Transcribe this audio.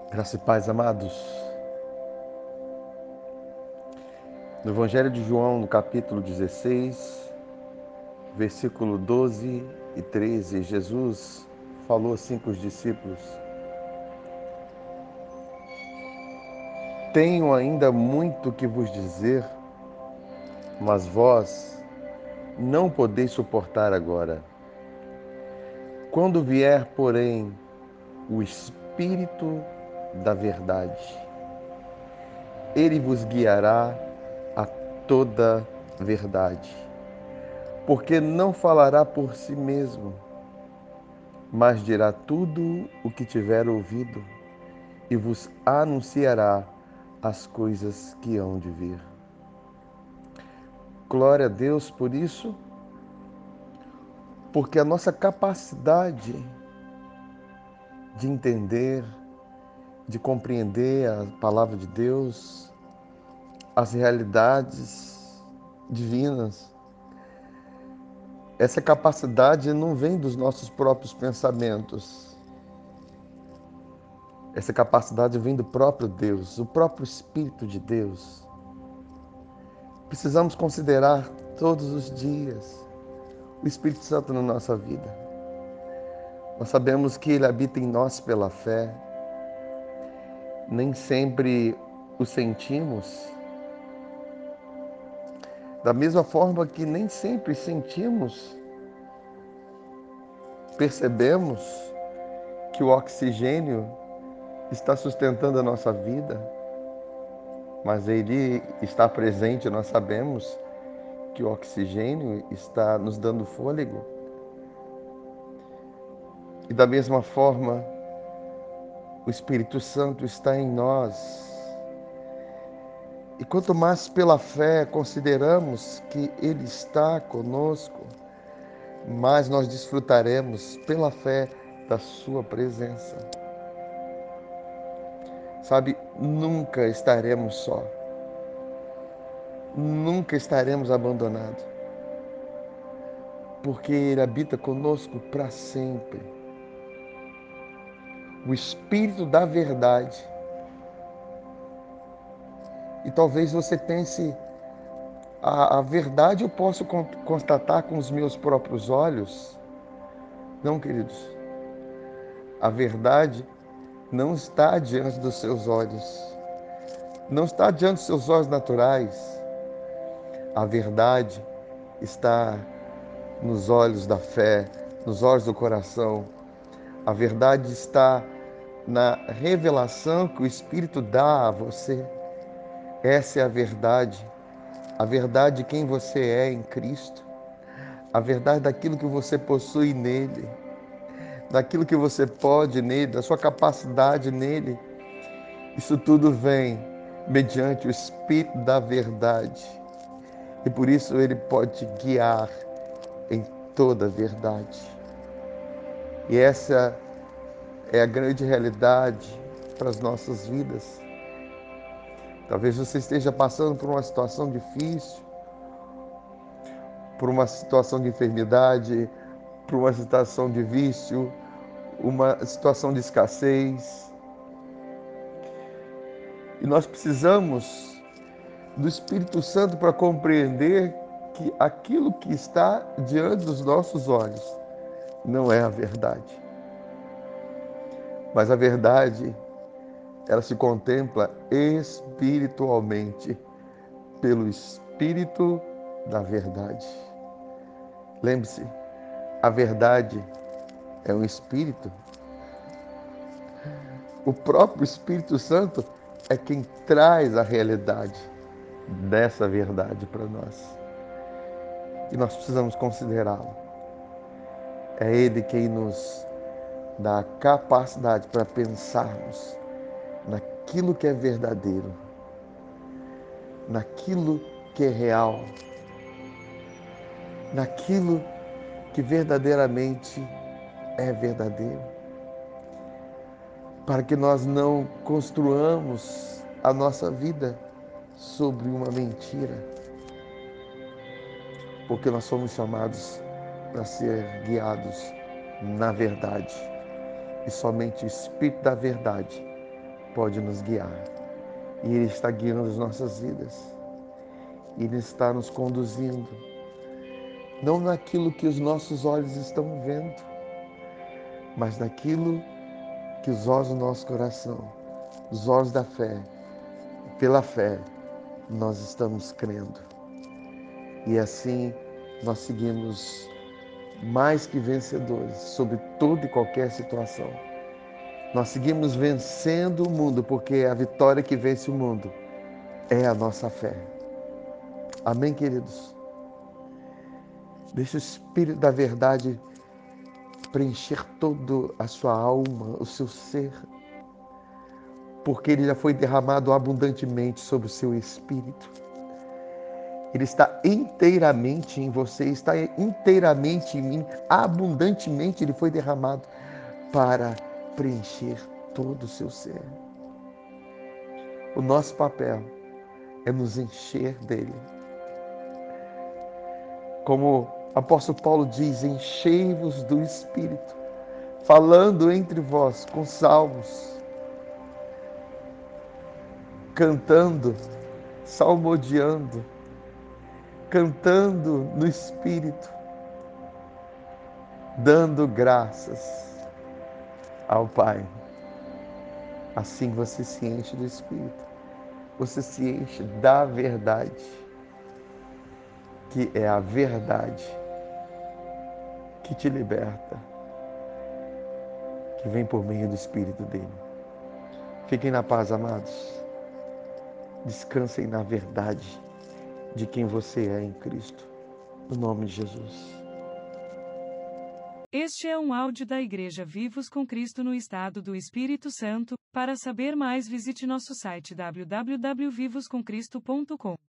Graça e paz, amados. No Evangelho de João, no capítulo 16, versículo 12 e 13, Jesus falou assim com os discípulos: Tenho ainda muito que vos dizer, mas vós não podeis suportar agora. Quando vier, porém, o Espírito da verdade, ele vos guiará a toda verdade, porque não falará por si mesmo, mas dirá tudo o que tiver ouvido e vos anunciará as coisas que hão de vir. Glória a Deus por isso, porque a nossa capacidade de entender, de compreender a palavra de Deus, as realidades divinas, essa capacidade não vem dos nossos próprios pensamentos. Essa capacidade vem do próprio Deus, o próprio Espírito de Deus. Precisamos considerar todos os dias o Espírito Santo na nossa vida. Nós sabemos que Ele habita em nós pela fé. Nem sempre o sentimos. Da mesma forma que nem sempre sentimos, percebemos que o oxigênio está sustentando a nossa vida, mas Ele está presente, nós sabemos que o oxigênio está nos dando fôlego. E da mesma forma, o Espírito Santo está em nós. E quanto mais pela fé consideramos que Ele está conosco, mais nós desfrutaremos pela fé da Sua presença. Sabe, nunca estaremos só. Nunca estaremos abandonados. Porque Ele habita conosco para sempre. O Espírito da verdade. E talvez você pense, a verdade eu posso constatar com os meus próprios olhos. Não, queridos. A verdade não está diante dos seus olhos. Não está diante dos seus olhos naturais. A verdade está nos olhos da fé, nos olhos do coração. A verdade está na revelação que o Espírito dá a você. Essa é a verdade de quem você é em Cristo, a verdade daquilo que você possui nele, daquilo que você pode nele, da sua capacidade nele. Isso tudo vem mediante o Espírito da verdade. E por isso ele pode te guiar em toda a verdade. E essa é a grande realidade para as nossas vidas. Talvez você esteja passando por uma situação difícil, por uma situação de enfermidade, por uma situação de vício, uma situação de escassez. E nós precisamos do Espírito Santo para compreender que aquilo que está diante dos nossos olhos não é a verdade. Mas a verdade, ela se contempla espiritualmente pelo Espírito da verdade. Lembre-se, a verdade é um Espírito. O próprio Espírito Santo é quem traz a realidade dessa verdade para nós. E nós precisamos considerá-lo. É Ele quem nos dá a capacidade para pensarmos naquilo que é verdadeiro, naquilo que é real, naquilo que verdadeiramente é verdadeiro, para que nós não construamos a nossa vida sobre uma mentira, porque nós somos chamados para ser guiados na verdade. E somente o Espírito da verdade pode nos guiar. E Ele está guiando as nossas vidas. Ele está nos conduzindo, não naquilo que os nossos olhos estão vendo, mas naquilo que os olhos do nosso coração, os olhos da fé, pela fé, nós estamos crendo. E assim nós seguimos mais que vencedores sobre toda e qualquer situação. Nós seguimos vencendo o mundo, porque a vitória que vence o mundo é a nossa fé. Amém, queridos? Deixa o Espírito da verdade preencher toda a sua alma, o seu ser, porque ele já foi derramado abundantemente sobre o seu espírito. Ele está inteiramente em você, está inteiramente em mim, abundantemente ele foi derramado para preencher todo o seu ser. O nosso papel é nos encher dele. Como o apóstolo Paulo diz, enchei-vos do Espírito, falando entre vós com salmos, cantando, salmodiando, cantando no Espírito, dando graças ao Pai. Assim você se enche do Espírito, você se enche da verdade, que é a verdade que te liberta, que vem por meio do Espírito dele. Fiquem na paz, amados. Descansem na verdade de quem você é em Cristo. No nome de Jesus. Este é um áudio da Igreja Vivos com Cristo no Estado do Espírito Santo. Para saber mais, visite nosso site www.vivoscomcristo.com.